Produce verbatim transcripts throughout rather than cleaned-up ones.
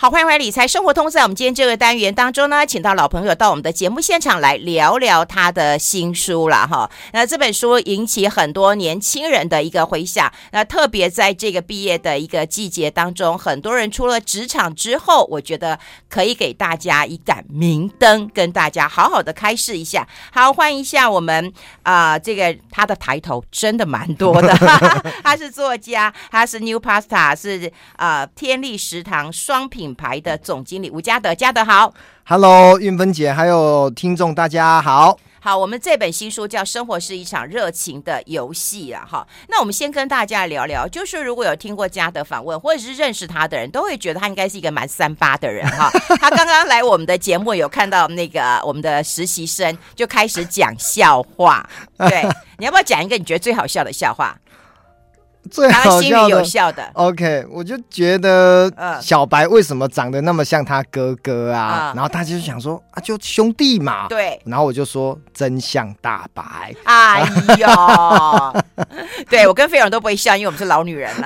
好，欢迎回来理财生活通。在我们今天这个单元当中呢，请到老朋友到我们的节目现场来聊聊他的新书了哈。那这本书引起很多年轻人的一个回响，那特别在这个毕业的一个季节当中，很多人出了职场之后，我觉得可以给大家一盏明灯，跟大家好好的开示一下。好，欢迎一下我们啊、呃，这个他的抬头真的蛮多的，他是作家，他是 New Pasta， 是啊、呃、天利食堂双品牌的总经理吴家德。家德好。 Hello， 韵芬姐还有听众大家好。 好，我们这本新书叫《生活是一场热情的游戏》啊，哈。那我们先跟大家聊聊，就是如果有听过家德访问或者是认识他的人，都会觉得他应该是一个蛮三八的人哈。他刚刚来我们的节目，有看到那个我们的实习生就开始讲笑话，对，你要不要讲一个你觉得最好笑的笑话？ 最好笑的，他心里有笑的 OK， 我就觉得小白为什么长得那么像他哥哥啊、嗯、然后他就想说啊，就兄弟嘛，对，然后我就说真相大白。 哎呦对，我跟飞荣都不会笑，因为我们是老女人啦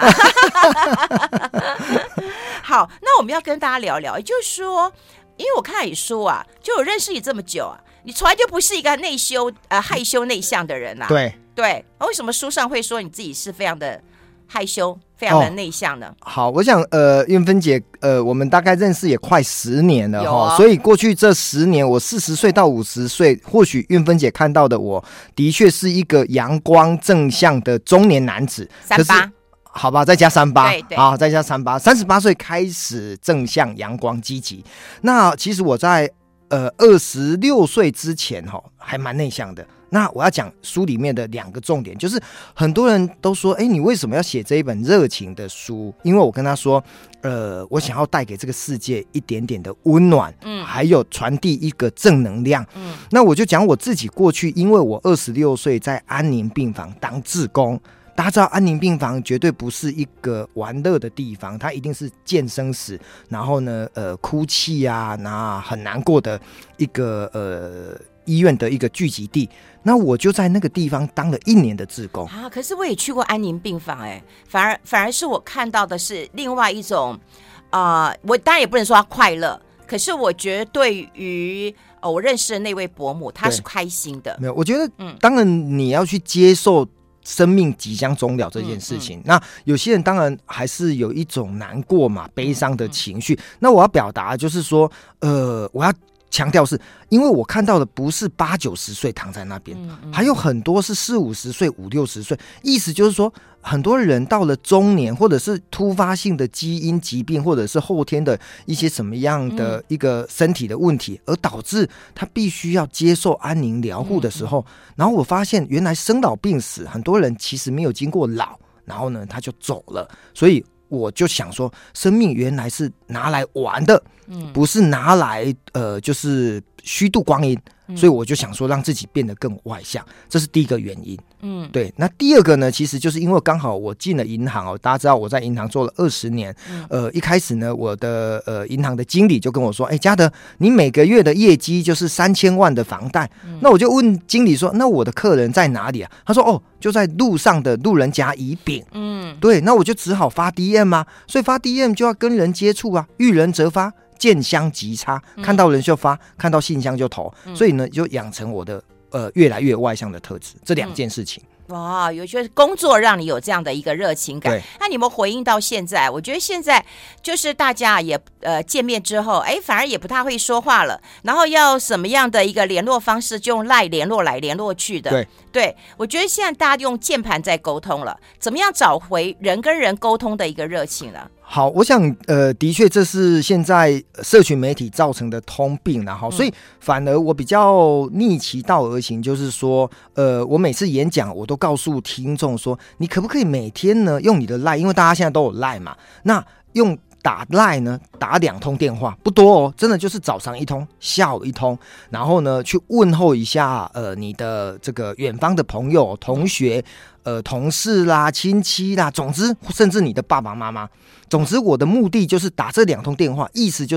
好，那我们要跟大家聊聊，也就是说，因为我看你说啊，就我认识你这么久啊，你从来就不是一个内羞呃害羞内向的人啊。 对对，为什么书上会说你自己是非常的害羞、非常的内向呢？哦、 好，我想呃，韵芬姐，呃，我们大概认识也快十年了哈、 啊， 所以过去这十年，我四十岁到五十岁，或许韵芬姐看到的我，的确是一个阳光正向的中年男子。 三八。 好吧，再加三八， 对对， 好，再加三八，三十八岁开始正向、阳光、积极。那其实我在呃二十六岁之前哈、哦，还蛮内向的。那我要讲书里面的两个重点，就是很多人都说，哎，你为什么要写这一本热情的书？因为我跟他说，呃，我想要带给这个世界一点点的温暖，嗯，还有传递一个正能量，嗯。那我就讲我自己过去，因为我二十六岁在安宁病房当志工。大家知道安宁病房绝对不是一个玩乐的地方，它一定是见生死，然后呢，呃，哭泣啊，那很难过的一个呃医院的一个聚集地。那我就在那个地方当了一年的志工啊。可是我也去过安宁病房、欸，哎，反而反而是我看到的是另外一种，啊、呃，我当然也不能说他快乐，可是我觉得对于。哦，我认识的那位伯母，她是开心的。 没有，我觉得，嗯，当然你要去接受生命即将终了这件事情、嗯嗯、那有些人当然还是有一种难过嘛、悲伤的情绪、嗯嗯、那我要表达就是说呃，我要强调是因为我看到的不是八九十岁躺在那边、嗯嗯、还有很多是四五十岁五六十岁，意思就是说很多人到了中年或者是突发性的基因疾病或者是后天的一些什么样的一个身体的问题、嗯、而导致他必须要接受安宁疗护的时候、嗯嗯、然后我发现原来生老病死很多人其实没有经过老，然后呢他就走了，所以我就想说生命原来是拿来玩的、嗯、不是拿来呃就是虚度光阴、嗯、所以我就想说让自己变得更外向，这是第一个原因。嗯，对。那第二个呢，其实就是因为刚好我进了银行哦，大家知道我在银行做了二十年、嗯，呃，一开始呢，我的呃银行的经理就跟我说，哎，嘉德，你每个月的业绩就是三千万的房贷、嗯，那我就问经理说，那我的客人在哪里啊？他说，哦，就在路上的路人甲乙丙。嗯，对，那我就只好发 D M 啊，所以发 D M 就要跟人接触啊，遇人则发。见香即插，看到人就发、嗯、看到信箱就投、嗯、所以呢就养成我的呃越来越外向的特质，这两件事情、 嗯、哇，有些工作让你有这样的一个热情感。那你有没有回应到现在？我觉得现在就是大家也呃见面之后，哎，反而也不太会说话了，然后要什么样的一个联络方式就用赖联络来联络去的。 对对，我觉得现在大家用键盘在沟通了，怎么样找回人跟人沟通的一个热情了？ 好，我想呃，的确这是现在社群媒体造成的通病啦，哈、嗯，所以反而我比较逆其道而行，就是说，呃，我每次演讲我都告诉听众说，你可不可以每天呢用你的 LINE， 因为大家现在都有 LINE 嘛，那用打 LINE 呢打两通电话，不多哦，真的就是早上一通，下午一通，然后呢去问候一下呃你的这个远方的朋友、同学、呃同事啦、亲戚啦，总之甚至你的爸爸妈妈。总之我的目的就是打这两通电话，意思就是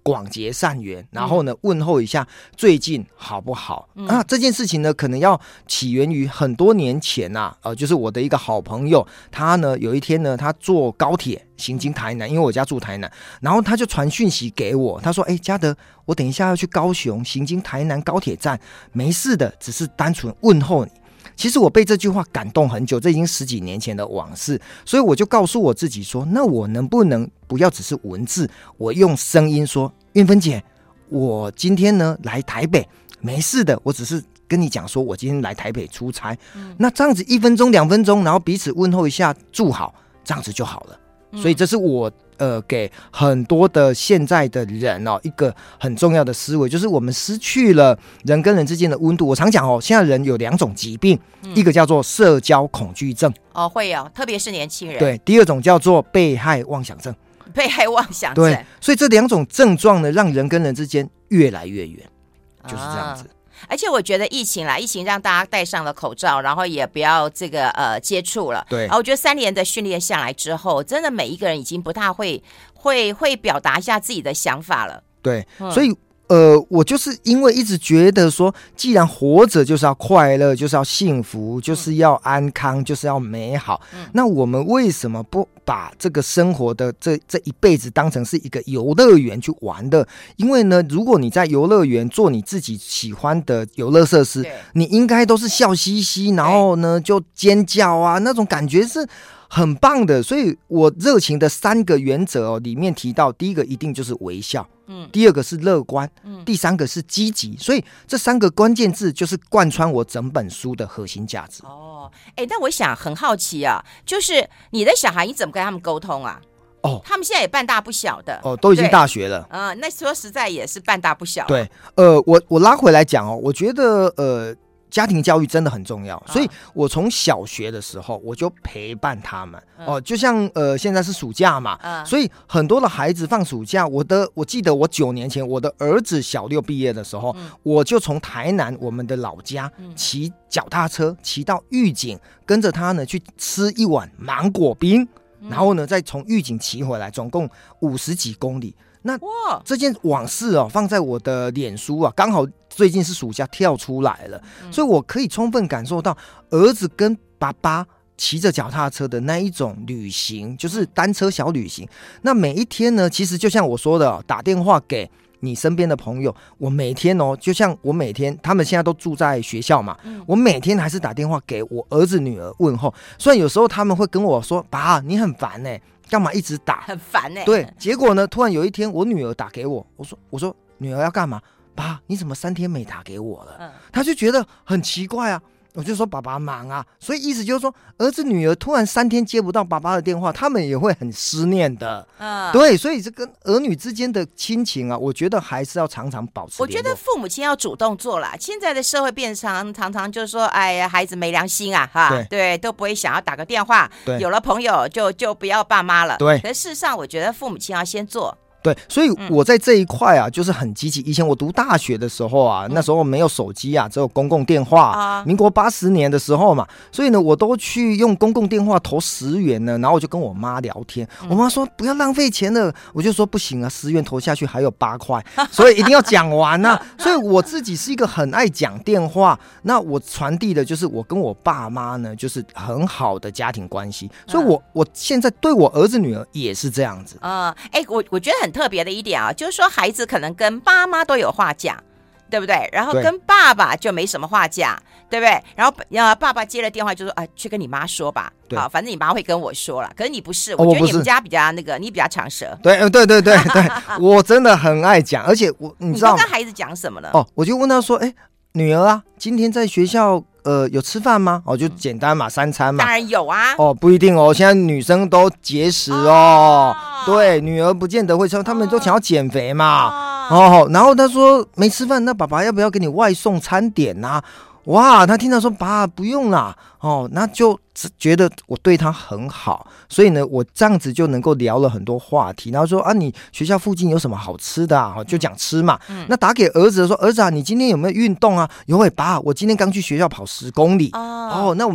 广结善缘，然后呢问候一下最近好不好、嗯、啊？这件事情呢可能要起源于很多年前啊，呃，就是我的一个好朋友，他呢有一天呢他坐高铁行经台南，因为我家住台南，然后他就传讯息给我，他说：“哎、欸，嘉德，我等一下要去高雄行经台南高铁站，没事的，只是单纯问候你。”其实我被这句话感动很久，这已经十几年前的往事，所以我就告诉我自己说，那我能不能不要只是文字，我用声音说，运芬姐，我今天呢来台北，没事的，我只是跟你讲说我今天来台北出差、嗯、那这样子一分钟两分钟，然后彼此问候一下，祝好，这样子就好了、嗯、所以这是我呃，给很多的现在的人哦，一个很重要的思维，就是我们失去了人跟人之间的温度。我常讲哦，现在人有两种疾病，嗯、一个叫做社交恐惧症， 哦，会有，特别是年轻人。 对，第二种叫做被害妄想症。 被害妄想症， 对，所以这两种症状呢，让人跟人之间越来越远，就是这样子。啊， 而且我觉得疫情啦，疫情让大家戴上了口罩，然后也不要这个呃接触了。 对， 啊，我觉得三年的训练下来之后，真的每一个人已经不大会会会表达一下自己的想法了。 对，嗯、所以呃，我就是因为一直觉得说，既然活着就是要快乐，就是要幸福，就是要安康，嗯、就是要美好。嗯、那我们为什么不把这个生活的这这一辈子当成是一个游乐园去玩的？因为呢，如果你在游乐园做你自己喜欢的游乐设施，你应该都是笑嘻嘻，然后呢就尖叫啊，那种感觉是很棒的。所以我热情的三个原则哦，里面提到第一个一定就是微笑。嗯，第二个是乐观，嗯，第三个是积极，所以这三个关键字就是贯穿我整本书的核心价值。 哦，哎，但我想很好奇啊，就是你的小孩你怎么跟他们沟通啊？哦，他们现在也半大不小的， 哦，都已经大学了。 嗯、呃，那说实在也是半大不小。 对，呃，我我拉回来讲哦，我觉得呃。家庭教育真的很重要，所以我从小学的时候我就陪伴他们、嗯、哦，就像呃现在是暑假嘛、嗯，所以很多的孩子放暑假，我的我记得我九年前我的儿子小六毕业的时候，嗯、我就从台南我们的老家骑脚踏车骑到玉井，跟着他呢去吃一碗芒果冰，嗯、然后呢再从玉井骑回来，总共五十几公里。那这件往事哦，放在我的脸书啊，刚好最近是暑假跳出来了、嗯，所以我可以充分感受到儿子跟爸爸骑着脚踏车的那一种旅行，就是单车小旅行。那每一天呢，其实就像我说的、哦，打电话给你身边的朋友，我每天哦，就像我每天，他们现在都住在学校嘛，嗯、我每天还是打电话给我儿子女儿问候。虽然有时候他们会跟我说：“爸，你很烦呢、欸。”干嘛一直打？ 很烦哎、欸。 对，结果呢？突然有一天，我女儿打给我，我说：“我说女儿要干嘛？爸，你怎么三天没打给我了？”嗯，她就觉得很奇怪啊。我就说爸爸忙啊，所以意思就是说，儿子女儿突然三天接不到爸爸的电话，他们也会很思念的。嗯，对，所以这跟儿女之间的亲情啊，我觉得还是要常常保持联络。 我觉得父母亲要主动做啦。现在的社会变常常常就是说，哎呀，孩子没良心啊，哈，对，对，都不会想要打个电话，有了朋友就就不要爸妈了。 对， 可是事实上，我觉得父母亲要先做。 对，所以我在这一块啊，就是很积极。以前我读大学的时候啊，那时候没有手机啊，只有公共电话。啊，民国八十年的时候嘛，所以呢，我都去用公共电话投十元呢，然后我就跟我妈聊天。我妈说不要浪费钱了，我就说不行啊，十元投下去还有八块，所以一定要讲完啊。所以我自己是一个很爱讲电话，那我传递的就是我跟我爸妈呢，就是很好的家庭关系。所以我我现在对我儿子女儿也是这样子。 啊、嗯，哎、欸，我我觉得很特别的一点啊，就是说孩子可能跟妈妈都有话讲，对不对？然后跟爸爸就没什么话讲，对不对？然后呃，爸爸接了电话就说啊，去跟你妈说吧，好，反正你妈会跟我说了。可是你不是，我觉得你们家比较那个，你比较长舌。 对，对对对对，我真的很爱讲，而且我你知道你都跟孩子讲什么了？ 哦，我就问他说，哎，女儿啊，今天在学校。呃，有吃饭吗？哦，就简单嘛，三餐嘛。 当然有啊。 哦，不一定哦，现在女生都节食哦。哦对，女儿不见得会吃，他们都想要减肥嘛。哦，哦然后他说没吃饭，那爸爸要不要给你外送餐点啊？哇，他听到说爸不用啦，哦，那就觉得我对他很好，所以呢，我这样子就能够聊了很多话题。然后说啊，你学校附近有什么好吃的啊？就讲吃嘛。嗯、那打给儿子说，儿子啊，你今天有没有运动啊？有诶，爸，我今天刚去学校跑十公里。哦, 哦，那我们就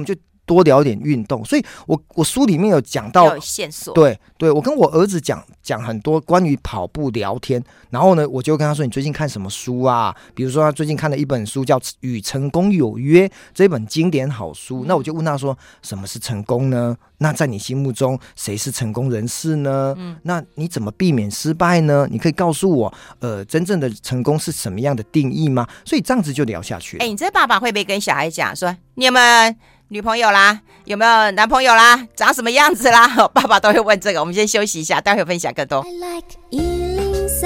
多聊点运动。所以我我书里面有讲到有线索， 对对，我跟我儿子讲讲很多关于跑步聊天，然后呢，我就跟他说你最近看什么书啊？比如说他最近看了一本书叫《与成功有约》，这本经典好书。那我就问他说，什么是成功呢？那在你心目中谁是成功人士呢？嗯，那你怎么避免失败呢？你可以告诉我，呃，真正的成功是什么样的定义吗？所以这样子就聊下去了。 哎，你这爸爸会不会跟小孩讲说，你有没有女朋友啦？有没有男朋友啦？长什么样子啦？爸爸都会问这个。我们先休息一下，待会分享更多。I like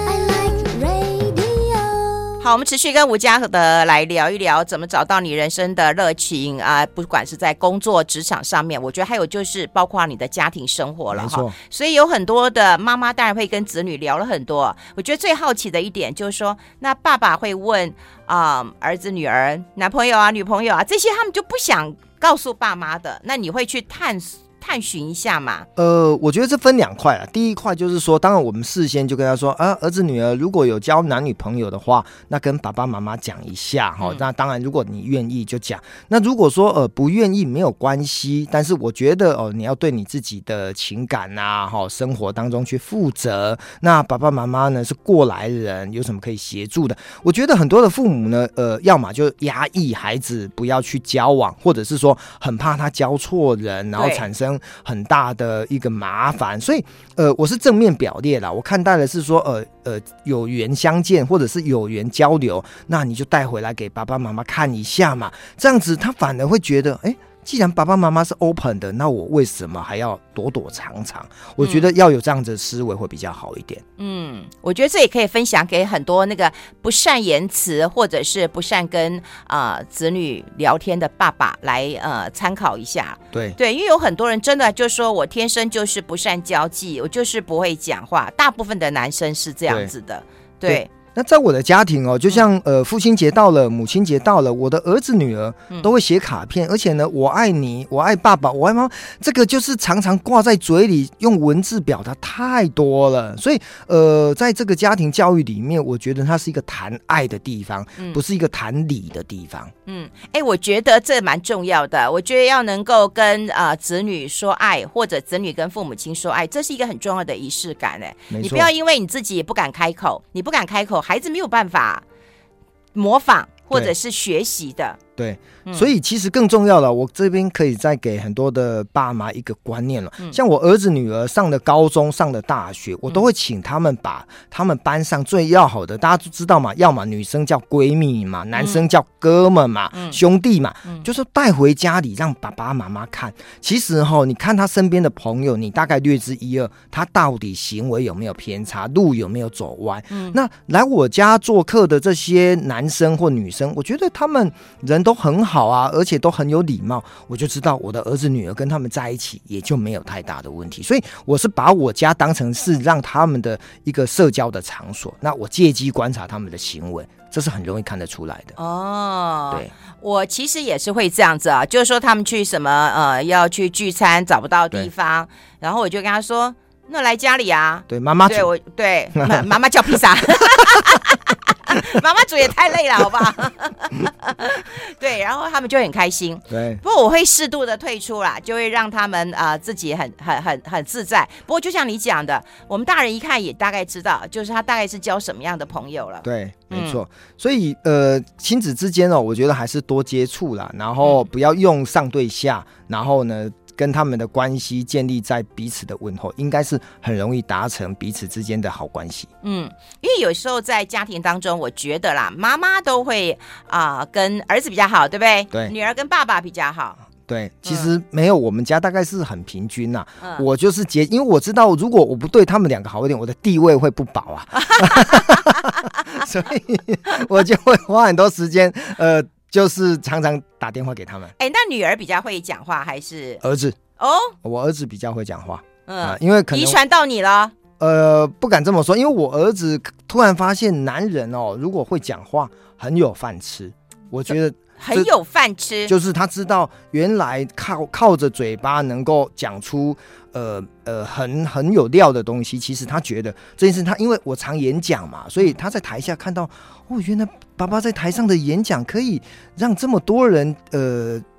好，我们持续跟吴家德来聊一聊怎么找到你人生的热情啊、呃，不管是在工作职场上面，我觉得还有就是包括你的家庭生活了哈。所以有很多的妈妈当然会跟子女聊了很多。我觉得最好奇的一点就是说，那爸爸会问啊、呃、儿子、女儿、男朋友啊、女朋友啊这些，他们就不想告诉爸妈的，那你会去探索探寻一下嘛？ 呃，我觉得这分两块啊。第一块就是说，当然我们事先就跟他说啊，儿子女儿如果有交男女朋友的话，那跟爸爸妈妈讲一下哈、嗯。那当然，如果你愿意就讲。那如果说呃不愿意没有关系，但是我觉得哦、呃，你要对你自己的情感啊，哈，生活当中去负责。那爸爸妈妈呢是过来人，有什么可以协助的？我觉得很多的父母呢，呃，要么就压抑孩子不要去交往，或者是说很怕他交错人，然后产生很大的一个麻烦，所以呃，我是正面表列啦。我看待的是说，呃呃，有缘相见或者是有缘交流，那你就带回来给爸爸妈妈看一下嘛，这样子他反而会觉得，哎。既然爸爸妈妈是 open 的，那我为什么还要躲躲藏藏？我觉得要有这样子的思维会比较好一点。嗯， 我觉得这也可以分享给很多那个不善言辞或者是不善跟呃子女聊天的爸爸来呃参考一下。 对对，因为有很多人真的就说我天生就是不善交际，我就是不会讲话，大部分的男生是这样子的。对。对， 那在我的家庭哦，就像呃父亲节到了，母亲节到了，我的儿子女儿都会写卡片，嗯、而且呢，我爱你，我爱爸爸，我爱妈妈，这个就是常常挂在嘴里，用文字表达太多了。所以呃，在这个家庭教育里面，我觉得它是一个谈爱的地方，嗯、不是一个谈理的地方。 嗯，哎、欸，我觉得这蛮重要的。我觉得要能够跟呃子女说爱，或者子女跟父母亲说爱，这是一个很重要的仪式感。哎，你不要因为你自己也不敢开口，你不敢开口。孩子没有办法模仿或者是学习的。 对，所以其实更重要的，我这边可以再给很多的爸妈一个观念了。嗯、像我儿子女儿上了高中，上了大学，我都会请他们把他们班上最要好的，大家都知道嘛，要么女生叫闺蜜嘛，男生叫哥们嘛，嗯、兄弟嘛，嗯、就是带回家里让爸爸妈妈看。其实哈，你看他身边的朋友，你大概略知一二，他到底行为有没有偏差，路有没有走歪。嗯、那来我家做客的这些男生或女生，我觉得他们人都很好啊，而且都很有礼貌，我就知道我的儿子女儿跟他们在一起也就没有太大的问题。所以我是把我家当成是让他们的一个社交的场所，那我借机观察他们的行为，这是很容易看得出来的。 哦，对，我其实也是会这样子啊，就是说他们去什么呃要去聚餐找不到地方，然后我就跟他说，那来家里啊， 对，妈妈煮， 对，我对妈妈叫披萨。妈妈煮也太累了，好不好？对，然后他们就很开心。 对， 不过我会适度的退出啦，就会让他们啊、呃、自己很很很很自在。不过就像你讲的，我们大人一看也大概知道，就是他大概是交什么样的朋友了。 对，没错。嗯、所以呃，亲子之间哦，我觉得还是多接触啦，然后不要用上对下，然后呢，跟他们的关系建立在彼此的问候，应该是很容易达成彼此之间的好关系。 嗯，因为有时候在家庭当中，我觉得啦，妈妈都会啊、呃、跟儿子比较好，对不对？ 对， 女儿跟爸爸比较好。 对，其实没有，我们家大概是很平均呐、啊。嗯、我就是结，因为我知道，如果我不对他们两个好一点，我的地位会不保啊。所以我就会花很多时间，呃。就是常常打电话给他们。 哎，那女儿比较会讲话还是儿子？ 哦， 我儿子比较会讲话。嗯、呃，因为可能遗传到你了。 呃，不敢这么说，因为我儿子突然发现，男人哦，如果会讲话，很有饭吃。我觉得很有饭吃， 就是他知道原来靠靠着嘴巴能够讲出呃呃很很有料的东西。其实他觉得这件事他，因为我常演讲嘛，所以他在台下看到哦，原来爸爸在台上的演讲可以让这么多人呃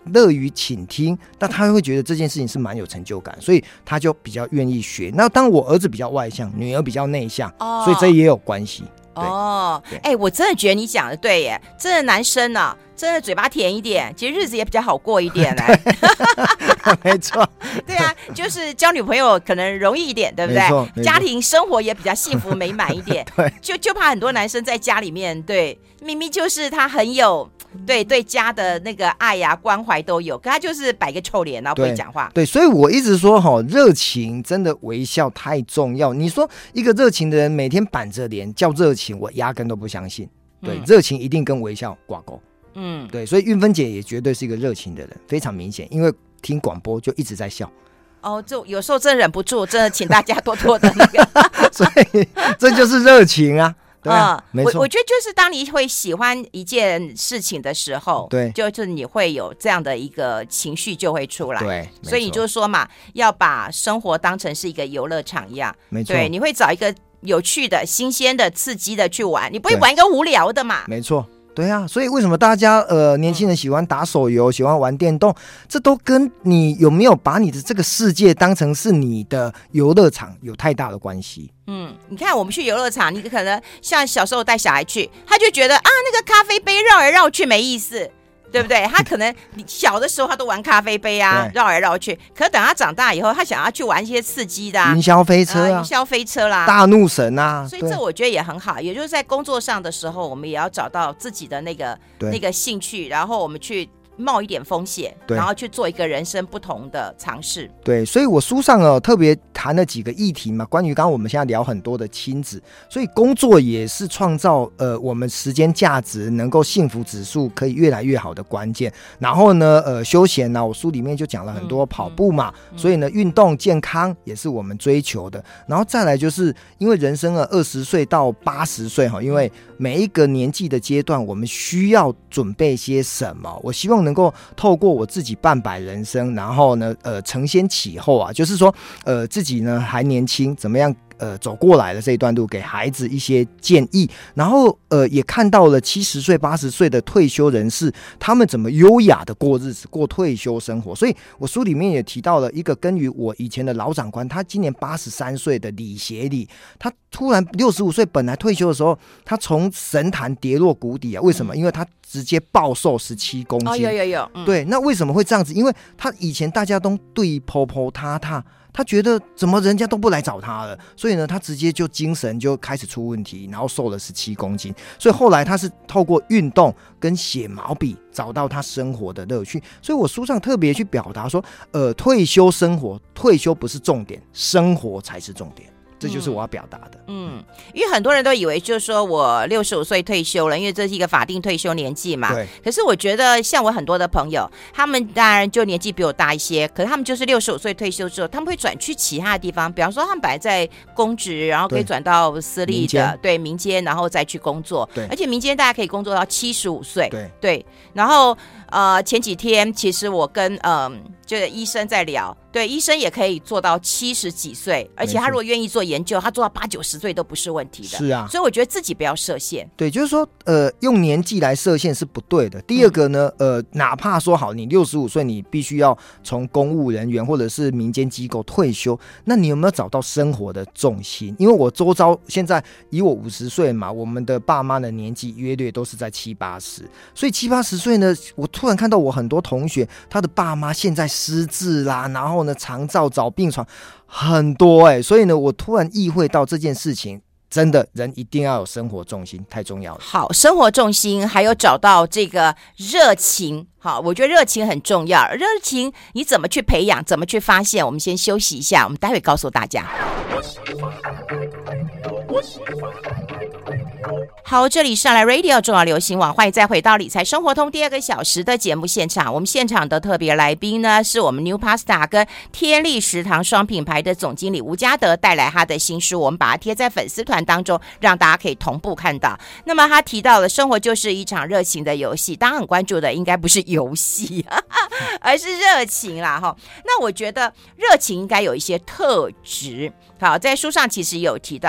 乐于倾听，那他会觉得这件事情是蛮有成就感，所以他就比较愿意学。那当我儿子比较外向，女儿比较内向，哦、所以这也有关系。 哦，哎、欸，我真的觉得你讲的对耶，真的男生啊，真的嘴巴甜一点，其实日子也比较好过一点哎。 没错， 对啊，就是交女朋友可能容易一点，对不对？家庭生活也比较幸福美满一点。 对， 就就怕很多男生在家里面，对，明明就是他很有。对对家的那个爱呀、啊、关怀都有，可他就是摆个臭脸，然后不会讲话。 对，所以我一直说哈，热情真的微笑太重要。你说一个热情的人每天板着脸叫热情，我压根都不相信。对，热、嗯、情一定跟微笑挂钩。嗯，对，所以韵芬姐也绝对是一个热情的人，非常明显，因为听广播就一直在笑。 哦，就有时候真忍不住，真的请大家多多的那个， 所以这就是热情啊。对啊，嗯、 我我觉得就是当你会喜欢一件事情的时候， 对， 就是你会有这样的一个情绪就会出来， 对， 所以你就说嘛，要把生活当成是一个游乐场一样， 没错， 对，你会找一个有趣的、新鲜的、刺激的去玩，你不会玩一个无聊的嘛， 没错。对啊，所以为什么大家呃年轻人喜欢打手游、嗯、喜欢玩电动，这都跟你有没有把你的这个世界当成是你的游乐场有太大的关系。 嗯，你看我们去游乐场，你可能像小时候带小孩去，他就觉得啊那个咖啡杯绕来绕去没意思。对不对？他可能小的时候他都玩咖啡杯啊，绕来绕去。可是等他长大以后，他想要去玩一些刺激的、啊， 云霄飞车啊， 云霄、呃、飞车啦， 大怒神啊。 所以这我觉得也很好，也就是在工作上的时候，我们也要找到自己的那个那个兴趣，然后我们去冒一点风险，然后去做一个人生不同的尝试。 对，所以我书上哦特别谈了几个议题嘛，关于刚刚我们现在聊很多的亲子，所以工作也是创造呃我们时间价值能够幸福指数可以越来越好的关键。然后呢，呃休闲呢、啊，我书里面就讲了很多跑步嘛，嗯嗯、所以呢运动健康也是我们追求的。然后再来就是因为人生啊二十岁到八十岁哈，因为每一个年纪的阶段，我们需要准备些什么？我希望能够透过我自己半百人生，然后呢，呃，承先启后啊，就是说，呃，自己呢还年轻，怎么样？呃，走过来的这一段路，给孩子一些建议，然后呃，也看到了七十岁、八十岁的退休人士，他们怎么优雅的过日子，过退休生活。所以我书里面也提到了一个跟于我以前的老长官，他今年八十三岁的李协理，他突然六十五岁本来退休的时候，他从神坛跌落谷底啊！为什么？因为他直接暴瘦十七公斤。 哦，有有有。嗯、 对，那为什么会这样子？因为他以前大家都对婆婆他他。他觉得怎么人家都不来找他了，所以呢，他直接就精神就开始出问题，然后瘦了十七公斤。所以后来他是透过运动跟写毛笔找到他生活的乐趣。所以我书上特别去表达说，呃，退休生活，退休不是重点，生活才是重点。这就是我要表达的。 嗯，因为很多人都以为就是说我六十五岁退休了，因为这是一个法定退休年纪嘛。 对。 可是我觉得像我很多的朋友，他们当然就年纪比我大一些，可是他们就是六十五岁退休之后，他们会转去其他的地方，比方说他们本来在公职，然后可以转到私立的，对民间，然后再去工作。 对。 而且民间大家可以工作到七十五岁。 对。 对。然后呃，前几天其实我跟嗯、呃，就是医生在聊。对，医生也可以做到七十几岁，而且他如果愿意做研究，他做到八九十岁都不是问题的。 是啊， 所以我觉得自己不要设限。 对，就是说，呃，用年纪来设限是不对的。第二个呢，嗯、呃，哪怕说好，你六十五岁，你必须要从公务人员或者是民间机构退休，那你有没有找到生活的重心？因为我周遭现在以我五十岁嘛，我们的爸妈的年纪约略都是在七八十，所以七八十岁呢，我突然看到我很多同学，他的爸妈现在失智啦，然后。长照找病床很多哎、欸，所以呢，我突然意会到这件事情，真的人一定要有生活重心，太重要了。 好，生活重心还有找到这个热情，好，我觉得热情很重要。热情你怎么去培养，怎么去发现？我们先休息一下，我们待会告诉大家。好，这里是来 Radio 中华流行网，欢迎再回到理财生活通第二个小时的节目现场。我们现场的特别来宾呢，是我们 New Pasta 跟天利食堂双品牌的总经理吴家德，带来他的新书，我们把它贴在粉丝团当中，让大家可以同步看到。那么他提到了生活就是一场热情的游戏，大家很关注的应该不是游戏，而是热情啦哈。那我觉得热情应该有一些特质。好，在书上其实也有提到了，所以这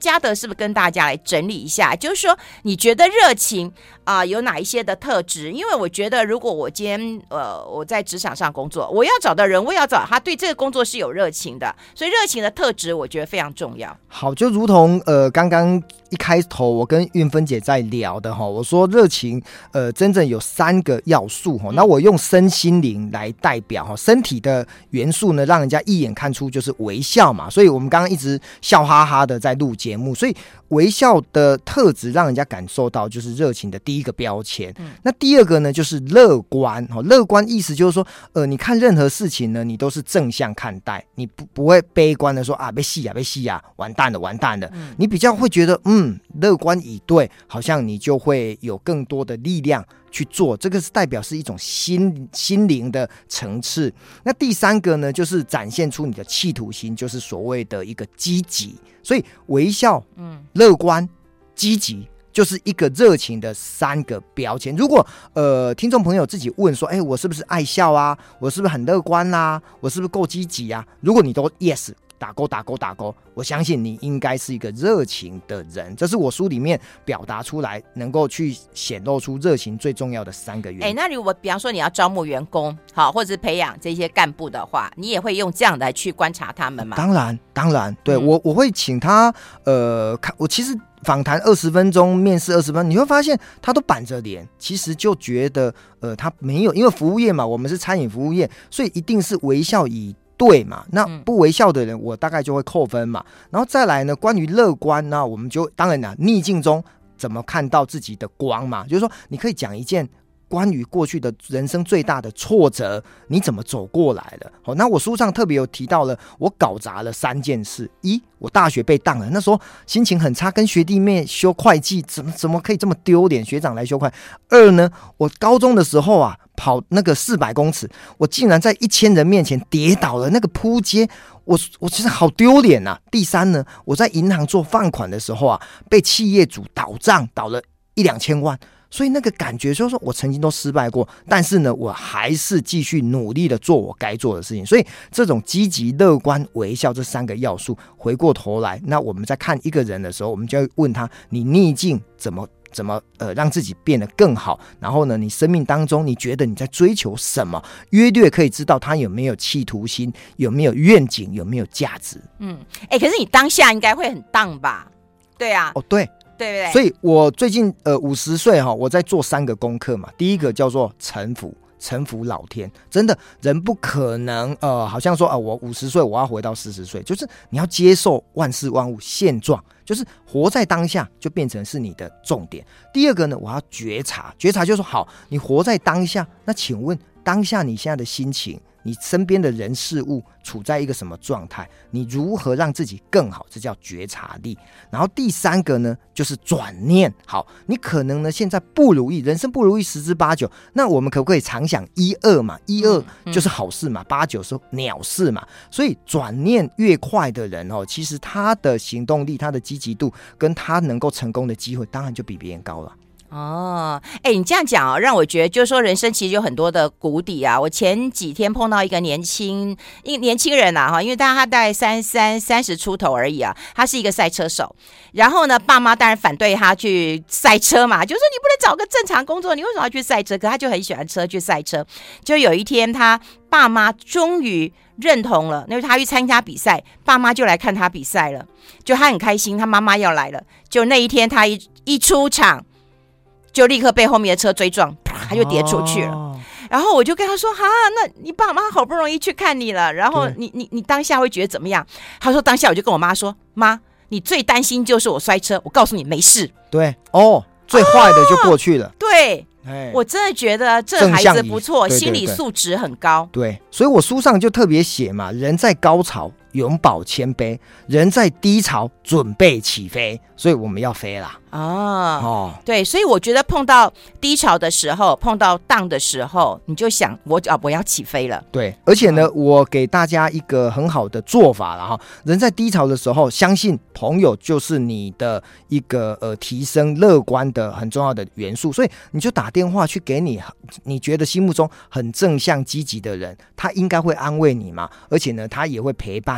嘉德是不是跟大家来整理一下，就是说你觉得热情啊、呃、有哪一些的特质？因为我觉得如果我今天呃我在职场上工作，我要找的人，我也要找他对这个工作是有热情的，所以热情的特质我觉得非常重要。 好，就如同呃刚刚一开头我跟韵芬姐在聊的哈，我说热情呃真正有三个要素哈、嗯，那我用身心灵来代表哈，身体的元素呢，让人家一眼看出就是微笑嘛，所以我们刚刚一直笑哈哈的在录节目，所以微笑的特质让人家感受到就是热情的第一个标签、嗯。那第二个呢就是乐观哈，乐观意思就是说呃你看任何事情呢，你都是正向看待，你不不会悲观的说啊被戏啊被戏啊完蛋了完蛋了、嗯，你比较会觉得嗯乐观以对，好像你就会有更多的力量去做，这个是代表是一种心心灵的层次。那第三个呢，就是展现出你的企图心，就是所谓的一个积极。所以微笑、嗯、乐观、积极，就是一个热情的三个标签。如果呃听众朋友自己问说，哎，我是不是爱笑啊？我是不是很乐观啦、啊？我是不是够积极啊？如果你都 yes。打勾打勾打勾，我相信你应该是一个热情的人，这是我书里面表达出来能够去显露出热情最重要的三个原因。 哎，那如果比方说你要招募员工，好，或者是培养这些干部的话，你也会用这样来去观察他们吗？ 当然，当然，对、嗯、我我会请他，呃，看我其实访谈二十分钟，面试二十分钟，你会发现他都板着脸，其实就觉得，呃，他没有，因为服务业嘛，我们是餐饮服务业，所以一定是微笑以。对嘛？那不微笑的人，我大概就会扣分嘛。然后再来呢，关于乐观呢，我们就当然啦，逆境中怎么看到自己的光嘛？就是说，你可以讲一件关于过去的人生最大的挫折，你怎么走过来了？好，那我书上特别有提到了，我搞砸了三件事：一，我大学被当了，那时候心情很差，跟学弟妹修会计，怎么怎么可以这么丢脸？学长来修会。二呢，我高中的时候啊。跑那个四百公尺，我竟然在一千人面前跌倒了，那个扑街，我我其实好丢脸呐。第三呢，我在银行做放款的时候啊，被企业主倒账倒了一两千万，所以那个感觉就是说我曾经都失败过，但是呢，我还是继续努力的做我该做的事情。所以这种积极、乐观、微笑这三个要素，回过头来，那我们在看一个人的时候，我们就会问他：你逆境怎么？怎么呃让自己变得更好？然后呢，你生命当中你觉得你在追求什么？约略可以知道他有没有企图心，有没有愿景，有没有价值。嗯， 哎、欸，可是你当下应该会很荡吧？对啊， 哦对， 对不对？ 所以我最近呃五十岁哈，我在做三个功课嘛。第一个叫做臣服。臣服老天，真的人不可能呃，好像说啊、呃，我五十岁我要回到四十岁，就是你要接受万事万物现状，就是活在当下，就变成是你的重点。第二个呢，我要觉察，觉察就是说好，你活在当下，那请问当下你现在的心情，你身边的人事物处在一个什么状态？你如何让自己更好？这叫觉察力。然后第三个呢，就是转念。好，你可能呢现在不如意，人生不如意十之八九，那我们可不可以常想一二嘛？一二就是好事嘛，八九是鸟事嘛。所以转念越快的人哦，其实他的行动力、他的积极度跟他能够成功的机会，当然就比别人高了。 哦，哎，你这样讲哦，让我觉得就是说人生其实有很多的谷底啊。我前几天碰到一个年轻一年轻人啊，哈，因为大他大概三三三十出头而已啊，他是一个赛车手。然后呢，爸妈当然反对他去赛车嘛，就说你不能找个正常工作，你为什么要去赛车？可他就很喜欢车，去赛车。就有一天，他爸妈终于认同了，因为他去参加比赛，爸妈就来看他比赛了，就他很开心，他妈妈要来了。就那一天，他一一出场。就立刻被后面的车追撞，啪，他就跌出去了。哦、然后我就跟他说：“哈，那你爸妈好不容易去看你了，然后你你你当下会觉得怎么样？”他说：“当下我就跟我妈说，妈，你最担心就是我摔车，我告诉你没事。” 对，哦，最坏的就过去了。哦、 对。我真的觉得这孩子不错，对对对，心理素质很高。 对，所以我书上就特别写嘛，人在高潮永葆谦卑，人在低潮准备起飞，所以我们要飞啦。 哦哦，对，所以我觉得碰到低潮的时候，碰到荡的时候，你就想我啊，我要起飞了。 对，而且呢，嗯、我给大家一个很好的做法了哈。人在低潮的时候，相信朋友就是你的一个呃提升乐观的很重要的元素，所以你就打电话去给你你觉得心目中很正向积极的人，他应该会安慰你嘛，而且呢，他也会陪伴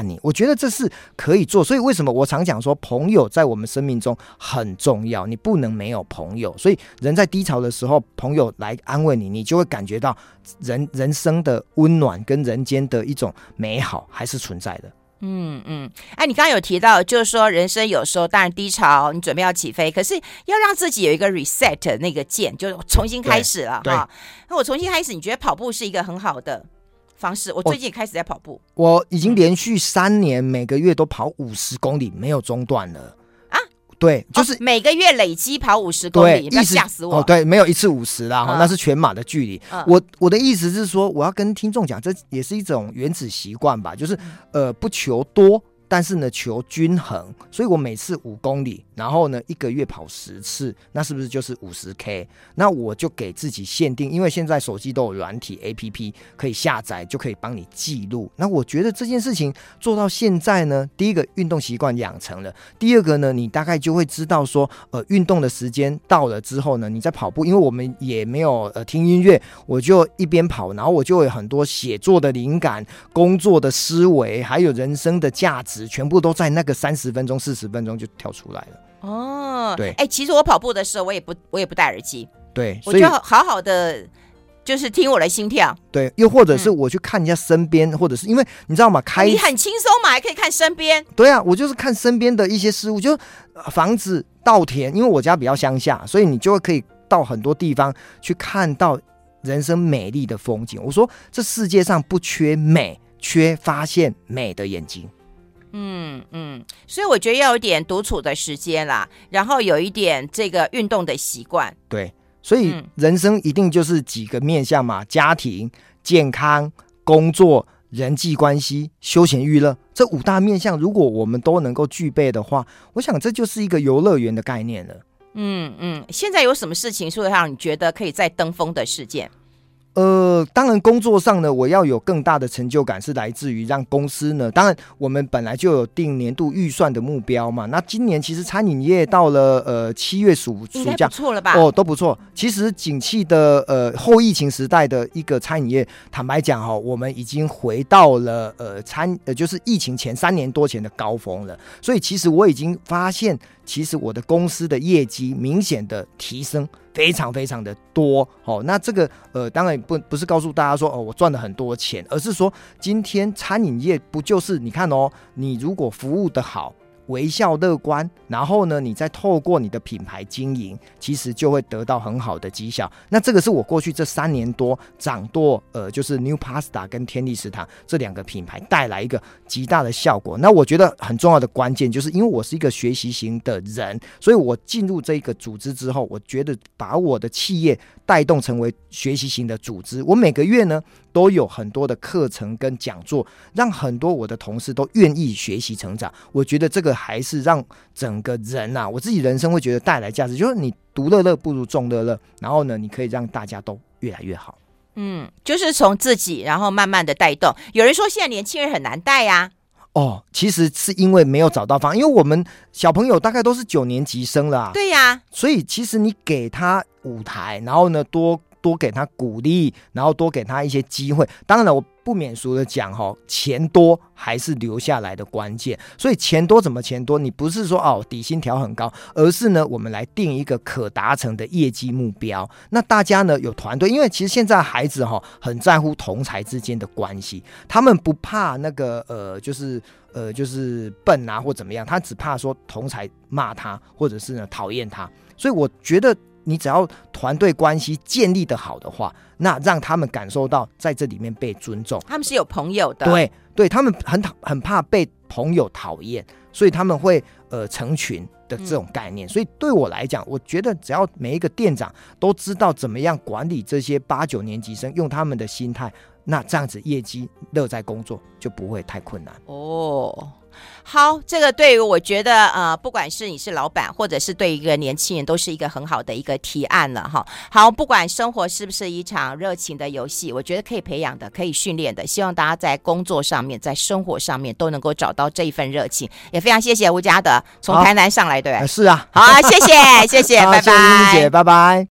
伴你，我觉得这是可以做。所以为什么我常讲说，朋友在我们生命中很重要，你不能没有朋友。所以人在低潮的时候，朋友来安慰你，你就会感觉到人人生的温暖跟人间的一种美好还是存在的。 嗯嗯，哎，你刚刚有提到，就是说人生有时候当然低潮，你准备要起飞，可是要让自己有一个 reset 那个键，就重新开始了哈。那我重新开始，你觉得跑步是一个很好的方式？我最近也开始在跑步， 我已经连续三年每个月都跑五十公里，没有中断了。对，就是、 哦、每个月累积跑五十公里，不要吓死我。 哦，对，没有一次五十啦、嗯，那是全马的距离。 嗯、 我我的意思是说，我要跟听众讲，这也是一种原子习惯吧，就是、嗯、呃不求多，但是呢求均衡。所以我每次五公里，然后呢一个月跑十次，那是不是就是五十 K？ 那我就给自己限定，因为现在手机都有软体 A P P 可以下载，就可以帮你记录。那我觉得这件事情做到现在呢，第一个运动习惯养成了，第二个呢，你大概就会知道说，呃，运动的时间到了之后呢，你在跑步，因为我们也没有呃听音乐，我就一边跑，然后我就有很多写作的灵感、工作的思维，还有人生的价值，全部都在那个三十分钟、四十分钟就跳出来了。 哦， 对， 哎、欸，其实我跑步的时候，我也不，我也不戴耳机， 对， 我就好好的，就是听我的心跳， 对，又或者是我去看一下身边、嗯，或者是因为你知道吗？开你很轻松嘛，还可以看身边， 对啊，我就是看身边的一些事物，就房子、稻田，因为我家比较乡下，所以你就会可以到很多地方去看到人生美丽的风景。我说，这世界上不缺美，缺发现美的眼睛。 嗯嗯，所以我觉得要有点独处的时间啦，然后有一点这个运动的习惯。 对，所以人生一定就是几个面向嘛，家庭、健康、工作、人际关系、休闲娱乐，这五大面向，如果我们都能够具备的话，我想这就是一个游乐园的概念了。 嗯嗯，现在有什么事情是会让你觉得可以再登峰的事件？ 呃，当然工作上呢，我要有更大的成就感，是来自于让公司呢，当然我们本来就有定年度预算的目标嘛。那今年其实餐饮业到了呃七月暑暑假， 不错了吧？ 哦，都不错。其实景气的呃后疫情时代的一个餐饮业，坦白讲哈、哦，我们已经回到了呃餐呃就是疫情前三年多前的高峰了。所以其实我已经发现，其实我的公司的业绩明显的提升。非常非常的多，哦，那这个呃，当然不不是告诉大家说哦，我赚了很多钱，而是说今天餐饮业不就是你看哦，你如果服务的好，微笑乐观，然后呢，你再透过你的品牌经营，其实就会得到很好的绩效。那这个是我过去这三年多掌舵，呃，就是 New Pasta 跟天地食堂这两个品牌带来一个极大的效果。那我觉得很重要的关键，就是因为我是一个学习型的人，所以我进入这个组织之后，我觉得把我的企业带动成为学习型的组织。我每个月呢都有很多的课程跟讲座，让很多我的同事都愿意学习成长。我觉得这个还是让整个人啊，我自己人生会觉得带来价值，就是你独乐乐不如众乐乐，然后呢，你可以让大家都越来越好。 嗯，就是从自己，然后慢慢的带动。有人说现在年轻人很难带呀、 啊。哦，其实是因为没有找到方法，因为我们小朋友大概都是九年级生了啊。 对呀、啊， 所以其实你给他舞台，然后呢多多给他鼓励，然后多给他一些机会。当然了，我不免俗的讲哈，钱多还是留下来的关键。所以钱多怎么钱多？你不是说哦底薪调很高，而是呢我们来定一个可达成的业绩目标。那大家呢有团队，因为其实现在孩子哈很在乎同侪之间的关系，他们不怕那个呃就是呃就是笨啊或怎么样，他只怕说同侪骂他或者是呢讨厌他。所以我觉得。你只要团队关系建立的好的话，那让他们感受到在这里面被尊重， 他们是有朋友的， 对对，他们很很怕被朋友讨厌，所以他们会呃成群的这种概念。嗯、所以对我来讲，我觉得只要每一个店长都知道怎么样管理这些八九年级生，用他们的心态，那这样子业绩乐在工作就不会太困难哦。好，这个对于我觉得呃，不管是你是老板，或者是对一个年轻人，都是一个很好的一个提案了哈。好，不管生活是不是一场热情的游戏，我觉得可以培养的，可以训练的。希望大家在工作上面，在生活上面都能够找到这一份热情。也非常谢谢吴家德从台南上来，对、 呃、是啊， 好，谢谢谢谢，拜拜， 谢谢英姐，拜拜。